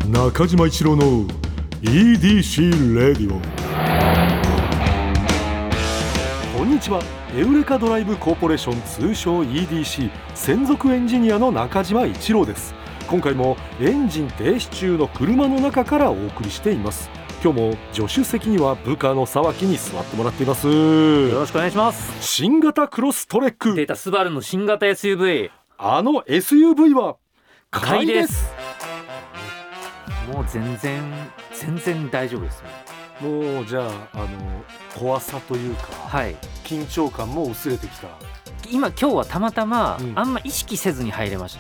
中島一郎の EDC レディオ。こんにちは。エウレカドライブコーポレーション、通称 EDC 専属エンジニアの中島一郎です。今回もエンジン停止中の車の中からお送りしています。今日も助手席には部下の沢木に座ってもらっています。 よろしくお願いします。 新型クロストレック、 データスバルの新型 SUV、 あの SUV は買いです。 もう全然大丈夫ですね。 もうじゃあ、怖さというか、 はい、 緊張感も薄れてきた。 今日はたまたま、あんま意識せずに入れました。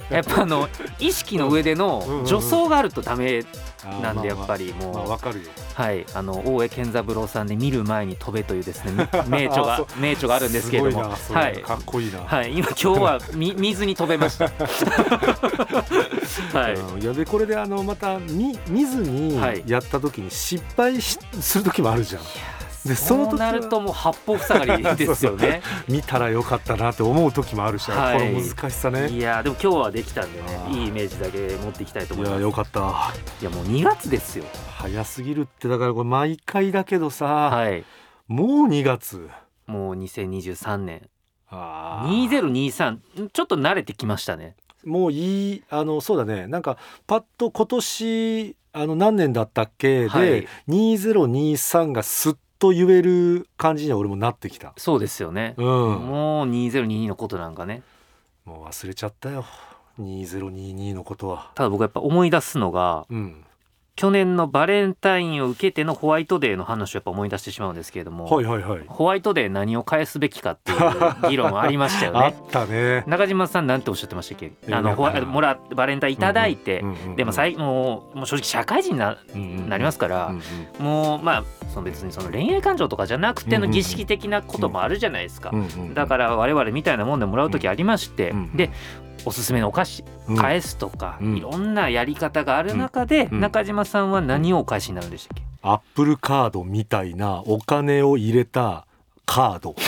やっぱ意識の上での助走があるとダメなんで、やっぱりもう、 わかるよ。 はい、大江健三郎さんで見る前に飛べというですね名著があるんですけれども、 はい、かっこいいな。 はい、今日は見ずに飛べました。はい。 いやでこれでまた見ずにやった時に失敗する時もあるじゃん。でそうなるともう八方塞がりですよね。 見たらよかったなって思う時もあるし、はい、この難しさね。 いやでも今日はできたんでね、いいイメージだけ持っていきたいと思います。 いやよかった。 いやもう2月ですよ。 早すぎるって。だからこれ毎回だけどさ、 はい、 もう2月、 もう2023年、2023、ちょっと慣れてきましたね。 もういい、そうだね。なんかパッと今年何年だったっけで、はい、2023がスッと言える感じには俺もなってきた。 そうですよね、もう2022のことなんかね、 もう忘れちゃったよ、2022のことは。 ただ僕やっぱ思い出すのが、去年のバレンタインを受けてのホワイトデーの話をやっぱ思い出してしまうんですけれども、はいはいはい、ホワイトデー何を返すべきかっていう議論ありましたよね。 あったね。 中島さんなんておっしゃってましたっけ？バレンタインいただいて、でももう正直社会人になりますから、もう別にその恋愛感情とかじゃなくての儀式的なこともあるじゃないですか。だから我々みたいなもんでもらう時ありまして、でおすすめのお菓子返すとか、いろんなやり方がある中で、中島さんは何をお返しになるんでしたっけ？ アップルカードみたいなお金を入れたカード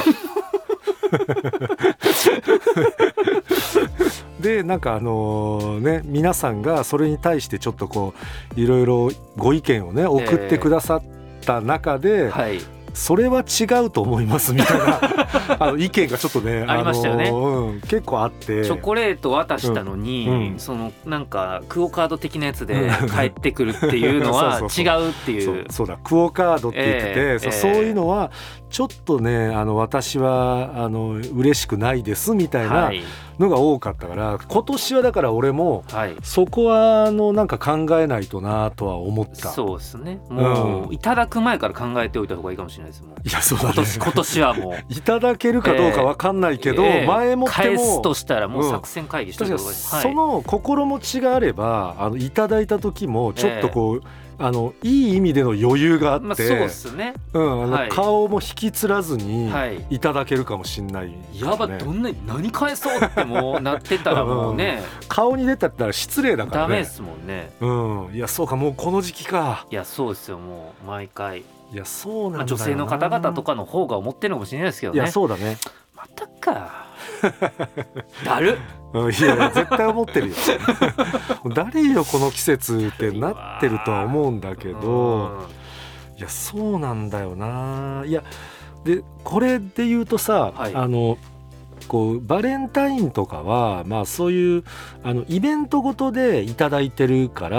でなんか皆さんがそれに対してちょっとこういろいろご意見をね送ってくださった中で、はい、それは違うと思いますみたいな意見がちょっとねありましたよね。 結構あって、 チョコレート渡したのに、そのなんかクオカード的なやつで返ってくるっていうのは違うっていうそうだ、クオカードって言ってて、そういうのはちょっとね私は嬉しくないですみたいなのが多かったから、今年はだから俺もそこはなんか考えないとなとは思った。 そうですね。もういただく前から考えておいた方がいいかもしれないですもん。 いやそうだね、 今年はもういただけるかどうか分かんないけど、前もっても返すとしたらもう作戦会議してる、 その心持ちがあればいただいた時もちょっとこう、いい意味での余裕があって、 そうですね、 顔も引きつらずにいただけるかもしんない、 やば何返そうってもうなってたらもうね顔に出たったら失礼だからね。 ダメですもんね。 いやそうか、もうこの時期か。 いやそうですよ、もう毎回。 いやそうなんだよな、 女性の方々とかの方が思ってるのかもしれないですけどね。 いやそうだね。 またかだるいや絶対思ってるよ誰よこの季節ってなってるとは思うんだけど、いやそうなんだよな。いやでこれで言うとさ、こうバレンタインとかはそういうイベントごとでいただいてるから、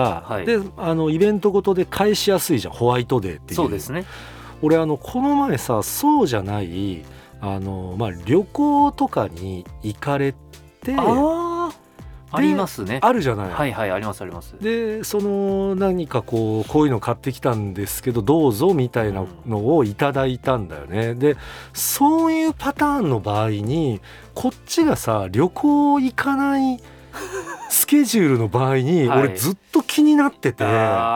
でイベントごとで返しやすいじゃん、ホワイトデーっていう。 そうですね。 俺この前さ、そうじゃない旅行とかに行かれて、 ありますね。 あるじゃない。 はいはい、ありますあります。 で何かこういうの買ってきたんですけどどうぞみたいなのをいただいたんだよね。でそういうパターンの場合にこっちがさ旅行行かないスケジュールの場合に俺ずっと気になってて、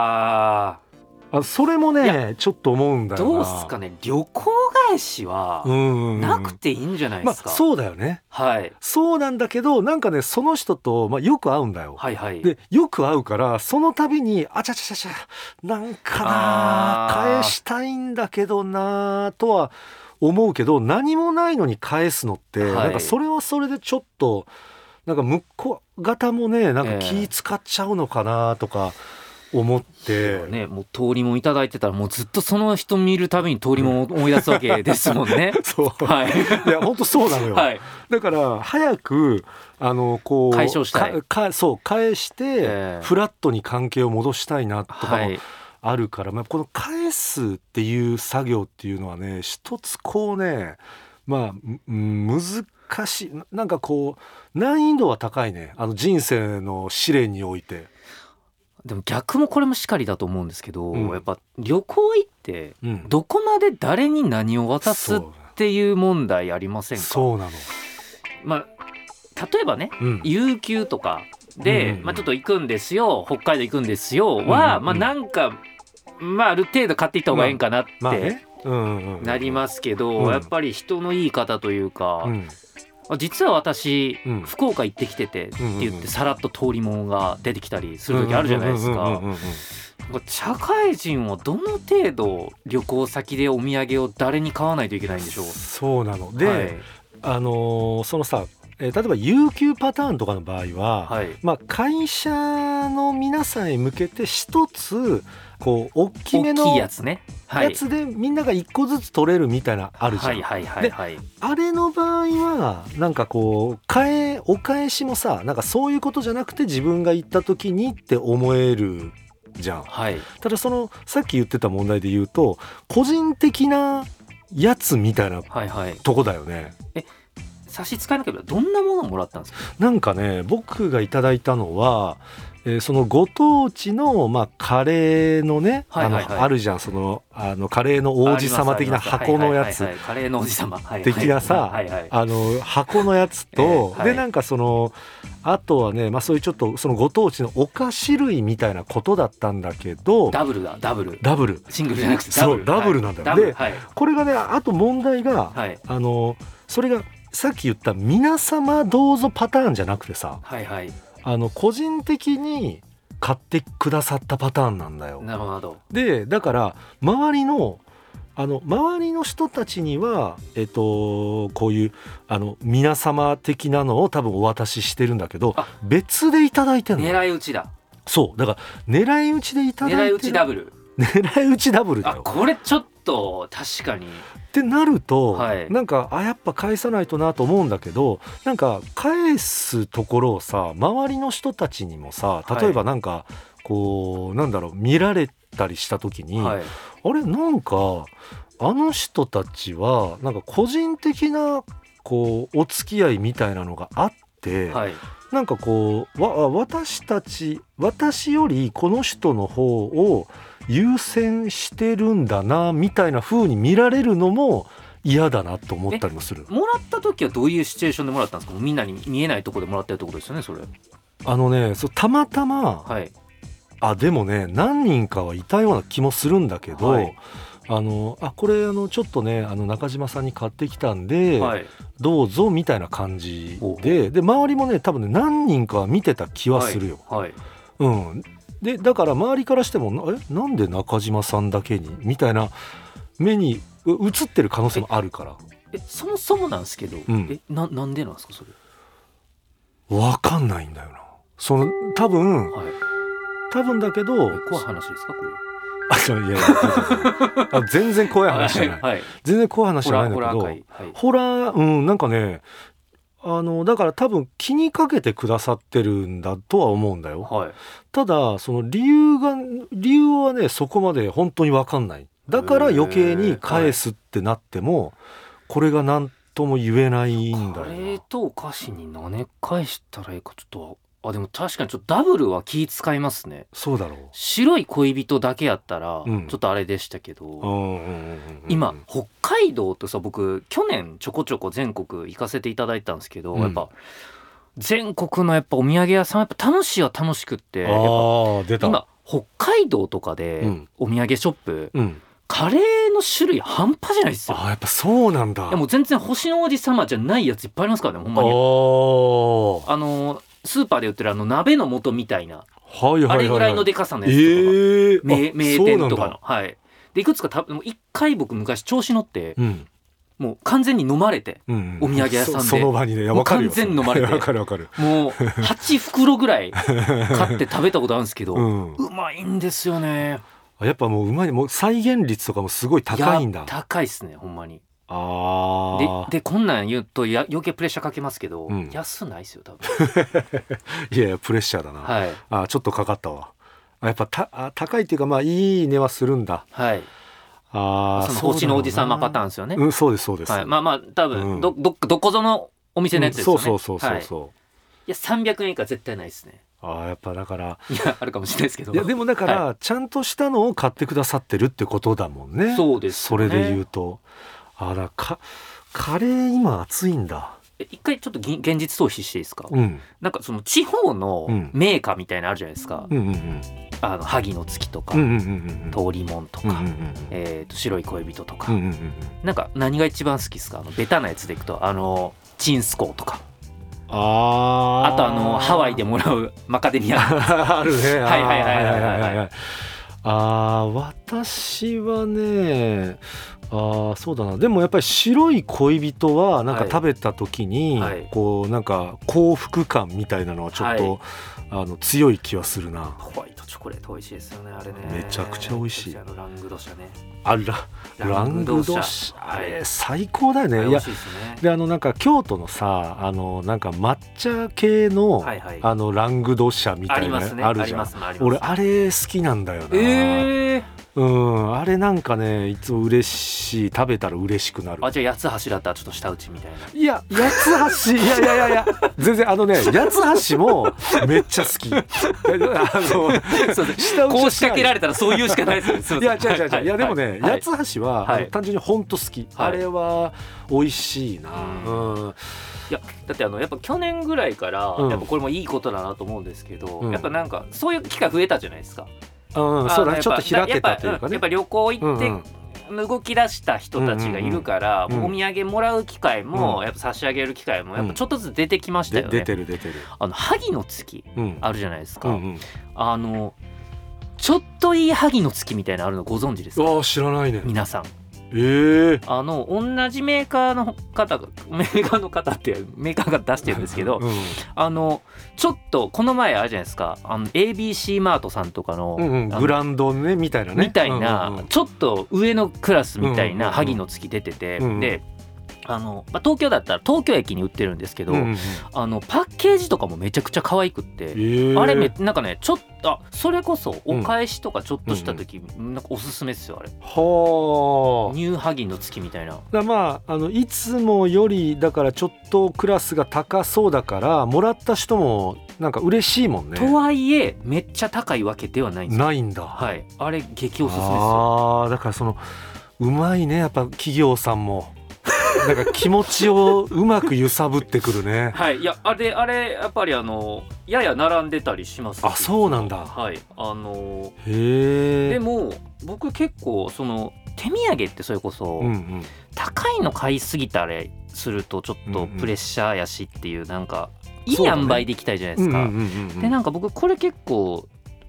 それもねちょっと思うんだよな。 どうすかね、旅行返しはなくていいんじゃないですか。 そうだよね、はい、そうなんだけどなんかねその人と、よく会うんだよ、はいはい、でよく会うからその度にあちゃちゃちゃなんかな返したいんだけどなとは思うけど、何もないのに返すのって、なんかそれはそれでちょっとなんか向こう方もねなんか気使っちゃうのかなとか思って、 ね、もう通りもんいただいてたらもうずっとその人見るたびに通りもんを思い出すわけですもんねそう、 はい、 いや本当そうなのよ、はい、だから早くこう解消したいそう返して、フラットに関係を戻したいなとかもあるから、この返すっていう作業っていうのはね一つこうね難しい、なんかこう難易度は高いね、人生の試練において。 でも逆もこれもしかりだと思うんですけど、やっぱ旅行行ってどこまで誰に何を渡すっていう問題ありませんか？ そうなの。 例えばね、有給とかで、ちょっと行くんですよ、北海道行くんですよは、なんかある程度買っていった方がいいんかなってなりますけど、やっぱり人の言い方というか、実は私、福岡行ってきててって言ってさらっと通りもんが出てきたりする時あるじゃないですか。社会人はどの程度旅行先でお土産を誰に買わないといけないんでしょう？ そうなので、そのさ、例えば有給パターンとかの場合は、会社の皆さんへ向けて一つこう大きめのやつでみんなが一個ずつ取れるみたいなあるじゃん。であれの場合はなんかこうお返しもさ、なんかそういうことじゃなくて自分が行った時にって思えるじゃん。ただそのさっき言ってた問題で言うと個人的なやつみたいなとこだよね。 差し支えなければどんなものをもらったんですか？ なんかね、僕がいただいたのは、そのご当地の、カレーのね、あるじゃん、そのカレーの王子様的な箱のやつ、 カレーの王子様的なさ、箱のやつと、でなんかそのあとはね、そういうちょっとそのご当地のお菓子類みたいなことだったんだけど、 ダブルシングルじゃなくてダブルなんだよ。で、これがね、あと問題が、それがさっき言った皆様どうぞパターンじゃなくてさ、個人的に買ってくださったパターンなんだよ。 なるほど。 でだから周りの人たちには、こういう皆様的なのを多分お渡ししてるんだけど、別でいただいてるの。 狙い撃ちだ。 そうだから狙い撃ちでいただいてる。 狙い撃ちダブル。 狙い撃ちダブルだよ。 これちょっと確かにってなると、なんかやっぱ返さないとなと思うんだけど、なんか返すところをさ、周りの人たちにもさ、例えばなんかこうなんだろう、見られたりした時に、あれなんかあの人たちはなんか個人的なこうお付き合いみたいなのがあって、なんかこう私よりこの人の方を優先してるんだなみたいな風に見られるのも嫌だなと思ったりもする。 もらった時はどういうシチュエーションでもらったんですか？みんなに見えないところでもらってるってことですよね、それ。 そうたまたま、でもね何人かはいたような気もするんだけど、これちょっとね中島さんに買ってきたんで、どうぞみたいな感じで周りもね多分ね何人かは見てた気はするよ。でだから周りからしてもなんで中島さんだけにみたいな目に映ってる可能性もあるから。 そもそもなんですけど、なんでなんですかそれ。 分かんないんだよな。多分だけど怖い話ですかこれ。 いや全然怖い話じゃない、全然怖い話じゃないんだけど、ホラー、なんかねだから多分気にかけてくださってるんだとは思うんだよ。ただその理由はねそこまで本当に分かんない。だから余計に返すってなっても、これが何とも言えないんだよな。カレーとお菓子に何返したらいいかちょっと。でも確かにちょっとダブルは気使いますね。 そうだろう。 白い恋人だけやったらちょっとあれでしたけど、今北海道ってさ、僕去年ちょこちょこ全国行かせていただいたんですけど、やっぱ全国のやっぱお土産屋さんやっぱ楽しいは楽しくって、今北海道とかでお土産ショップ、カレーの種類半端じゃないですよ。 やっぱそうなんだ。 もう全然星の王子様じゃないやついっぱいありますからね、ほんまに。スーパーで売ってる鍋の素みたいな、あれぐらいのでかさのやつとか、名店とかの、でいくつか1回僕昔調子乗って、ももう完全に飲まれて、お土産屋さんでその場にね、 もう完全に飲まれてわかるわかる、 もう8袋ぐらい買って食べたことあるんですけど、うまいんですよね。 やっぱもううまい、もう再現率とかもすごい高いんだ。 いや高いっすねほんまに。 でこんなん言うと余計プレッシャーかけますけど、安ないっすよ多分いやいやプレッシャーだな、はい、ちょっとかかったわ。やっぱ高いっていうか、まあいい値はするんだ。 はい。その星の王子様パターンですよね。 そうですそうです、 はい、まあ多分、どこぞのお店のやつですよね。そう、はい、いや300円以下絶対ないですね。 やっぱだからいやあるかもしれないですけど、 いやでもだから、ちゃんとしたのを買ってくださってるってことだもんね。 そうです、ね、 それで言うとカレー今熱いんだ。 一回ちょっと現実逃避していいですか、なんかその地方のメーカーみたいなのあるじゃないですか、萩の月とか、通りもんとか、白い恋人とか、なんか何が一番好きですか？ベタなやつでいくとチンスコーとか、あとハワイでもらうマカデミアあるね。 はいはいはいはいはい。 私はね、そうだな。でもやっぱり白い恋人はなんか食べた時に、こうなんか幸福感みたいなのはちょっと、強い気はするな。 ホワイトチョコレート美味しいですよねあれね。 めちゃくちゃ美味しい。 ラングドシャね。 ラングドシャ、あれ最高だよね。 美味しいですね。 でなんか京都のさなんか抹茶系の、ラングドシャみたいなのあるじゃん。俺あれ好きなんだよな。あれなんかねいつも嬉しい、食べたら嬉しくなる。 じゃあ八つ橋だったらちょっと舌打ちみたいな。 いや八つ橋いや全然八つ橋もめっちゃ好き。 こう仕掛けられたらそう言うしかないですよ。 いや違ういやでもね、八つ橋は単純に本当好き。あれは美味しいな。 いやだってやっぱ去年ぐらいからやっぱこれもいいことだなと思うんですけど、やっぱなんかそういう機会増えたじゃないですか。 そうだ、ちょっと開けたというかね。 やっぱ旅行行って動き出した人たちがいるから、お土産もらう機会も、やっぱ差し上げる機会もやっぱちょっとずつ出てきましたよね。 出てる萩の月あるじゃないですか。ちょっといい萩の月みたいなのあるのご存知ですか？ 知らないね皆さん。同じメーカーの方ってメーカーが出してるんですけど、ちょっとこの前あるじゃないですか、ABC マートさんとかの、 グランドねみたいなねみたいな、ちょっと上のクラスみたいな萩の月出てて、で東京だったら東京駅に売ってるんですけど、パッケージとかもめちゃくちゃ可愛くって、あれなんかねちょっとそれこそお返しとかちょっとした時、なんかおすすめですよあれ。ニュー萩の月みたいな。 いつもよりだからちょっとクラスが高そうだからもらった人もなんか嬉しいもんね。 とはいえめっちゃ高いわけではないんですよ。 ないんだ。 はい、あれ激おすすめですよ。 だからうまいねやっぱ企業さんも。なんか気持ちをうまく揺さぶってくるね。 はい、いやあれやっぱりやや並んでたりします。 そうなんだ。 はい、 へえ。 でも僕結構手土産ってそれこそ、高いの買いすぎたりするとちょっとプレッシャーやしっていう、なんかいい塩梅でいきたいじゃないですか。でなんか僕これ結構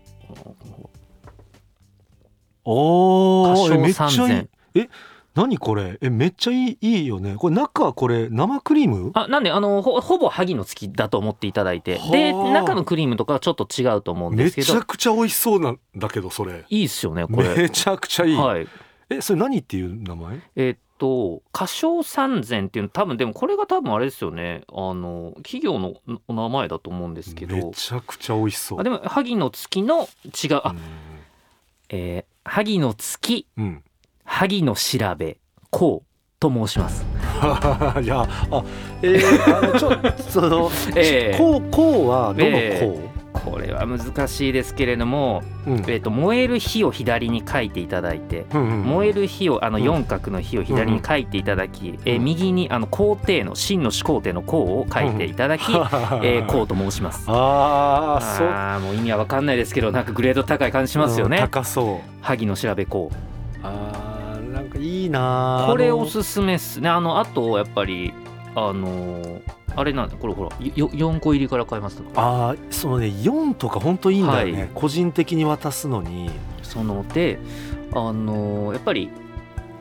めっちゃいい。何これめっちゃいいよね。これ中これ生クリーム？ なんでほぼ萩の月だと思っていただいて、で中のクリームとかはちょっと違うと思うんですけど。 めちゃくちゃ美味しそうなんだけどそれ。 いいっすよねこれ。 めちゃくちゃいい。 はい。 それ何っていう名前？ 花賞三千っていうの多分でもこれが多分あれですよね。企業のお名前だと思うんですけど。 めちゃくちゃ美味しそう。 でも萩の月の違う萩の月。萩の調べこうと申します。 いやちょっとこうはどのこう？ これは難しいですけれども、燃える火を左に書いていただいて、燃える火を四角の火を左に書いていただき、右に皇帝の真の始皇帝の皇を書いていただき、皇と申します。もう意味は分かんないですけどなんかグレード高い感じしますよね。 高そう。 萩の調べ皇。 なんかいいな。 これおすすめっすね。あとやっぱりあれなんだこれほら4個入りから買いますとか。 4とか本当いいんだよね、個人的に渡すのに。 でやっぱり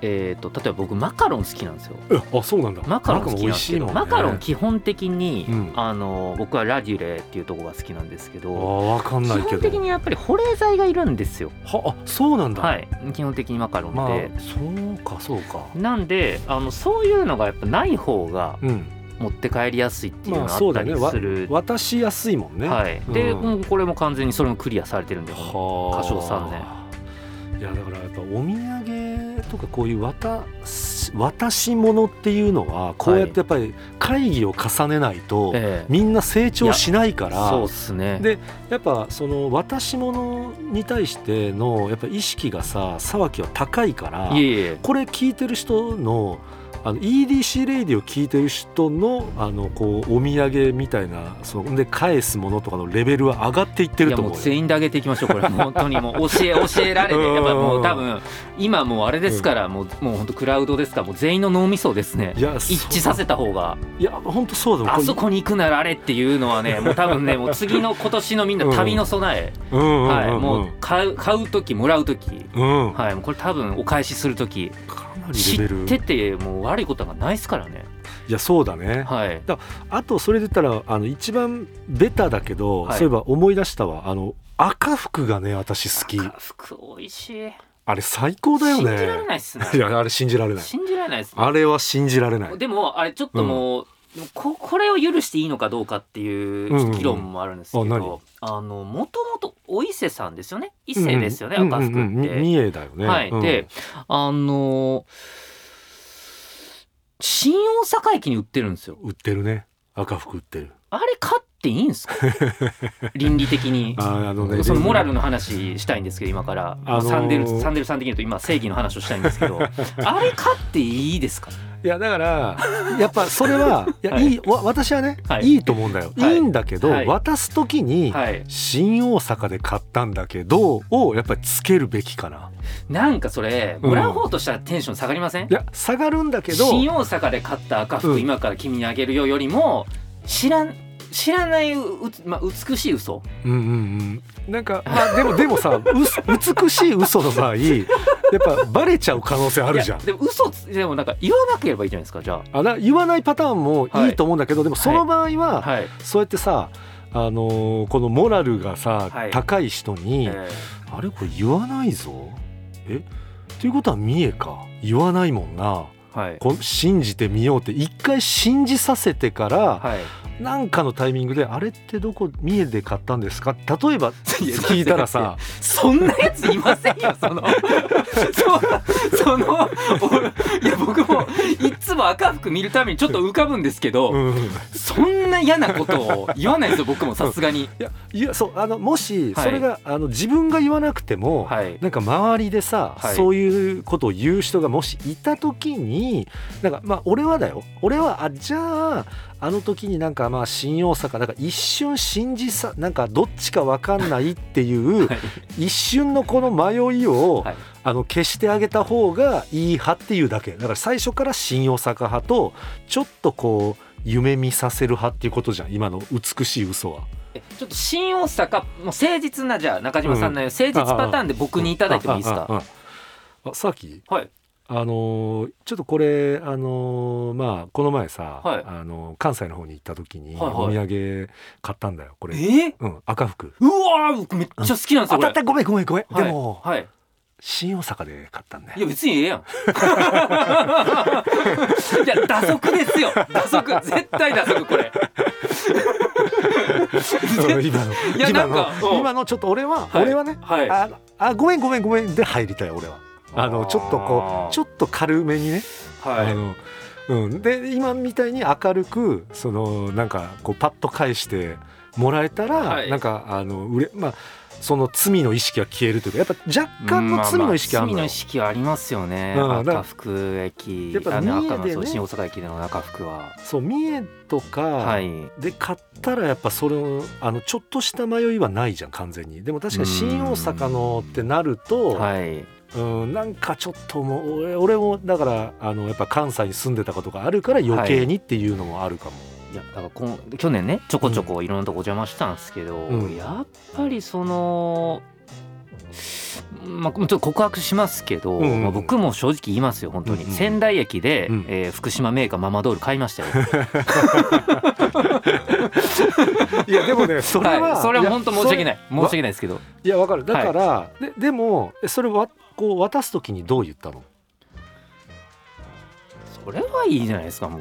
例えば僕マカロン好きなんですよ。 あ、そうなんだ。 マカロン好きなんですけど、マカロン基本的に、僕はラデュレっていうところが好きなんですけど、 わかんないけど基本的にやっぱり保冷剤がいるんですよ。 そうなんだ。 はい、基本的にマカロンって、 そうか。 なんでそういうのがやっぱない方が、持って帰りやすいっていうのがあったりする、 渡しやすいもんね。 はい、で、もうこれも完全にそれもクリアされてるんで、歌唱3年。 いやだからやっぱお土産とかこういう渡し物っていうのはこうやってやっぱり会議を重ねないとみんな成長しないから、 そうですね。 でやっぱその渡し物に対してのやっぱ意識が沢木は高いから、これ聞いてる人のEDC レイディを聞いてる人のこうお土産みたいなで返すものとかのレベルは上がっていってると思うよ。 いやもう全員で上げていきましょうこれ本当にもう教えられてやっぱもう多分今もうあれですから、もう本当クラウドですから、もう全員の脳みそですね、一致させた方が。 いや本当そうだ。 あそこに行くならあれっていうのはね、もう多分ねもう次の今年のみんな旅の備え、もう買う時もらう時、はい、もうこれ多分お返しする時知っててもう悪いことがないですからね。 いやそうだね、はい、あとそれで言ったら一番ベタだけど、そういえば思い出したわ、赤福がね私好き。 赤福美味しい。 あれ最高だよね。 信じられないっすね。 いやあれ信じられない。 信じられないっすね。 あれは信じられない。 でもあれちょっともう、これを許していいのかどうかっていう議論もあるんですけど、もともとお伊勢さんですよね。伊勢ですよね、赤福って。 三重だよね。 はい。で新大阪駅に売ってるんですよ。 売ってるね。赤福売ってる。 あれ買っていいんですか倫理的に。そのモラルの話したいんですけど今から、サンデルさん的に言うと今正義の話をしたいんですけどあれ買っていいですか。 いやだからやっぱそれはいや、いい私はね、いいと思うんだよ、いいんだけど、渡す時に新大阪で買ったんだけどをやっぱりつけるべきかな。 なんかそれもらう方としたらテンション下がりません？ いや下がるんだけど、 新大阪で買った赤福今から君にあげるよりも知らない美しい嘘、 なんか、でもさ美しい嘘の場合やっぱバレちゃう可能性あるじゃん。 でもでもなんか言わなければいいじゃないですか。じゃあ言わないパターンもいいと思うんだけど、でもその場合は、そうやってさこのモラルがさ、高い人に、あれこれ言わないぞということは三重か言わないもんな、信じてみようって一回信じさせてから、なんかのタイミングであれってどこ三重で買ったんですか例えば聞いたらさそんなやついませんよいや僕もいつも赤福見るためにちょっと浮かぶんですけど、そんな嫌なことを言わないですよ僕もさすがに。 いやそうもしそれが、自分が言わなくても、なんか周りでさ、そういうことを言う人がもしいた時になんか俺はじゃああの時になんか新大阪なんか一瞬なんかどっちか分かんないっていう一瞬のこの迷いを消してあげた方がいい派っていうだけだから、最初から新大阪派とちょっとこう夢見させる派っていうことじゃん今の美しい嘘は。 ちょっと新大阪もう誠実なじゃあ中島さんの誠実パターンで僕にいただいてもいいですか。 さっきはいちょっとこれこの前さ、関西の方に行った時にお土産買ったんだよこれ、赤福。うわ僕めっちゃ好きなんですよこれ。 ごめん、でも、新大阪で買ったんだよ。 いや別にええやんいや打足ですよ打足絶対打足これ今のちょっと俺はね、ごめんで入りたい俺は。ちょっと軽めにね、で今みたいに明るくなんかこうパッと返してもらえたら、なんかその罪の意識が消えるというか、やっぱ若干の罪の意識あるのよ。 罪の意識はありますよね、赤福駅。 やっぱ三重でね、 新大阪駅での赤福はそう三重とかで買ったらやっぱそれをちょっとした迷いはないじゃん完全に。でも確かに新大阪のってなると、なんかちょっともう俺もだからやっぱ関西に住んでたことがあるから余計にっていうのもあるかも。 いやだから去年ねちょこちょこいろんなとこ邪魔したんですけど、やっぱりまあ、ちょっと告白しますけど、まあ、僕も正直言いますよ本当に、仙台駅で、福島メーカーママドール買いましたよいやでもねそれは、 それは本当申し訳ないですけど、 いやわかるだから、でもそれはこう渡す時にどう言ったの？ それはいいじゃないですかもう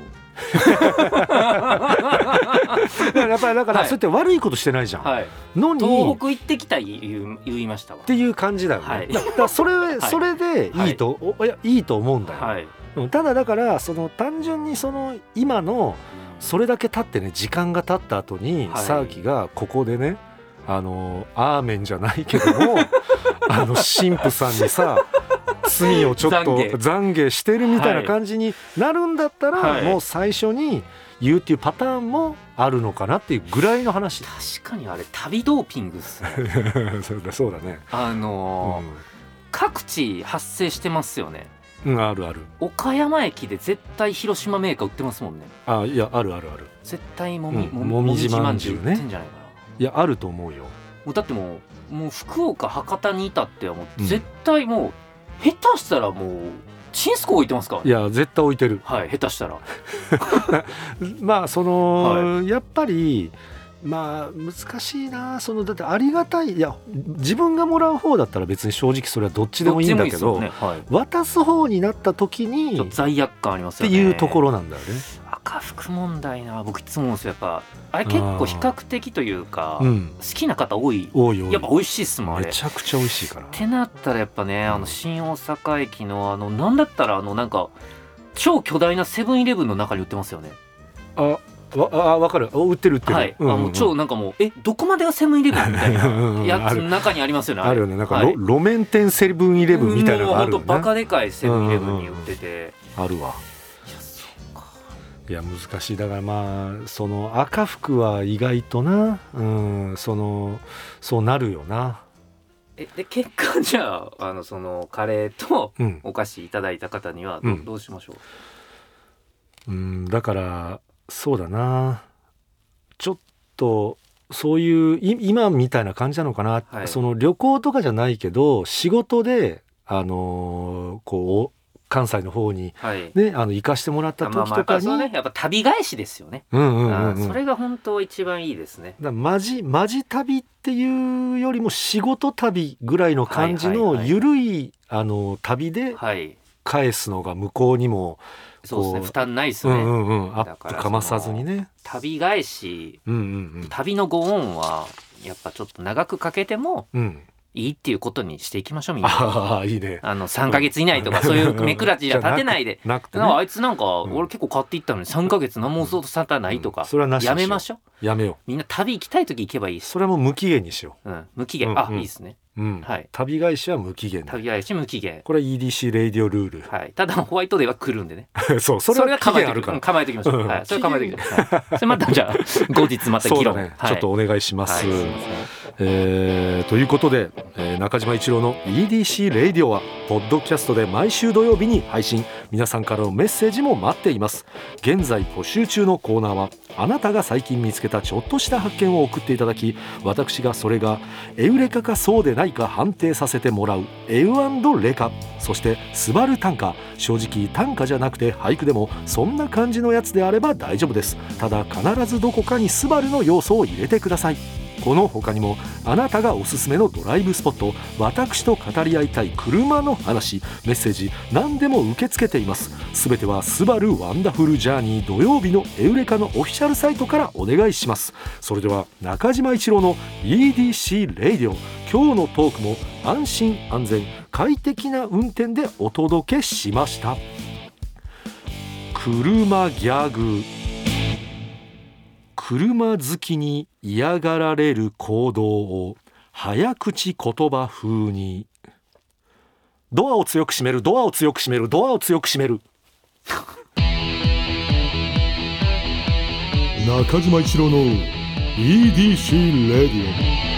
やっぱりだからそうやって悪いことしてないじゃん、のに東北行ってきた言いましたわっていう感じだよね、だからそれでいいと、いいと思うんだよ、ただだからその単純にその今のそれだけ経ってね時間が経った後にサーキがここでねアーメンじゃないけども神父さんにさ罪をちょっと懺悔してるみたいな感じになるんだったら、もう最初に言うっていうパターンもあるのかなっていうぐらいの話。 確かにあれ旅ドーピングっすねそうだね、 各地発生してますよね。 あるある。 岡山駅で絶対広島メーカー売ってますもんね。 いやある絶対もみじまんじゅう売ってんじゃないかな。 いやあると思うよ。 もうだってもう福岡博多にいたってはもう絶対もう下手したらもうチンスコ置いてますからね。 いや絶対置いてる。 下手したらまあその、やっぱりまあ難しいな。だってありがたい、いや自分がもらう方だったら別に正直それはどっちでもいいんだけど、渡す方になった時にちょっと罪悪感ありますよねっていうところなんだよね。 赤服問題な。僕いつも思うんですよ。やっぱあれ結構比較的というか、好きな方多い。やっぱ美味しいっすもんあれ。 めちゃくちゃ美味しいから。 ってなったらやっぱね、新大阪駅のなんだったらなんか超巨大なセブンイレブンの中に売ってますよね。 わかる。売ってる。 もう超なんかもうどこまでがセブンイレブンみたいなやつの中にありますよね。 あるよね。なんか路面店セブンイレブンみたいなのがあるよね。 もうほんとバカでかいセブンイレブンに売ってて、 あるわ。いや難しい。だからまあその赤服は意外とな、そうなるよな。 で結果じゃあそのカレーとお菓子いただいた方にはどうしましょう？ だからそうだな、ちょっとそういう今みたいな感じなのかな、その旅行とかじゃないけど仕事でこう関西の方に、行かしてもらった時とかに、 やっぱ旅返しですよね。それが本当一番いいですね。 マジ旅っていうよりも仕事旅ぐらいの感じのゆるい旅で返すのが向こうにもそうですね、負担ないですね。 アップかまさずにね。 旅返し、旅のご恩はやっぱちょっと長くかけてもいいっていうことにしていきましょうみんな。 いいね。 3ヶ月以内とかそういうめくらちじゃ立てないであいつなんか俺結構買っていったのに3ヶ月何もそうとさたないとか、やめましょう。 やめよう。 みんな旅行きたい時行けばいいし。 それはもう無期限にしよう。 無期限。いいですね。 旅返しは無期限。 旅返し無期限。 これは EDC レイディオルール。 ただホワイトデーは来るんでね。 それは期限あるから構えておきましょう。それ構えておきましょう。それまたじゃあ後日また議論。 ちょっとお願いします。ということで、中島一郎の EDC レイディオはポッドキャストで毎週土曜日に配信。皆さんからのメッセージも待っています。現在募集中のコーナーは、あなたが最近見つけたちょっとした発見を送っていただき、私がそれがエウレカかそうでないか判定させてもらうエウ&レカ。そしてスバル短歌、正直短歌じゃなくて俳句でもそんな感じのやつであれば大丈夫です。ただ必ずどこかにスバルの要素を入れてください。この他にもあなたがおすすめのドライブスポット、私と語り合いたい車の話、メッセージ何でも受け付けています。すべてはスバルワンダフルジャーニー土曜日のエウレカのオフィシャルサイトからお願いします。それでは中島一郎の EDC レイディオ、今日のトークも安心安全快適な運転でお届けしました。車ギャグ。車好きに嫌がられる行動を早口言葉風に。ドアを強く閉める、ドアを強く閉める、ドアを強く閉める。中島一郎の EDC レディオ。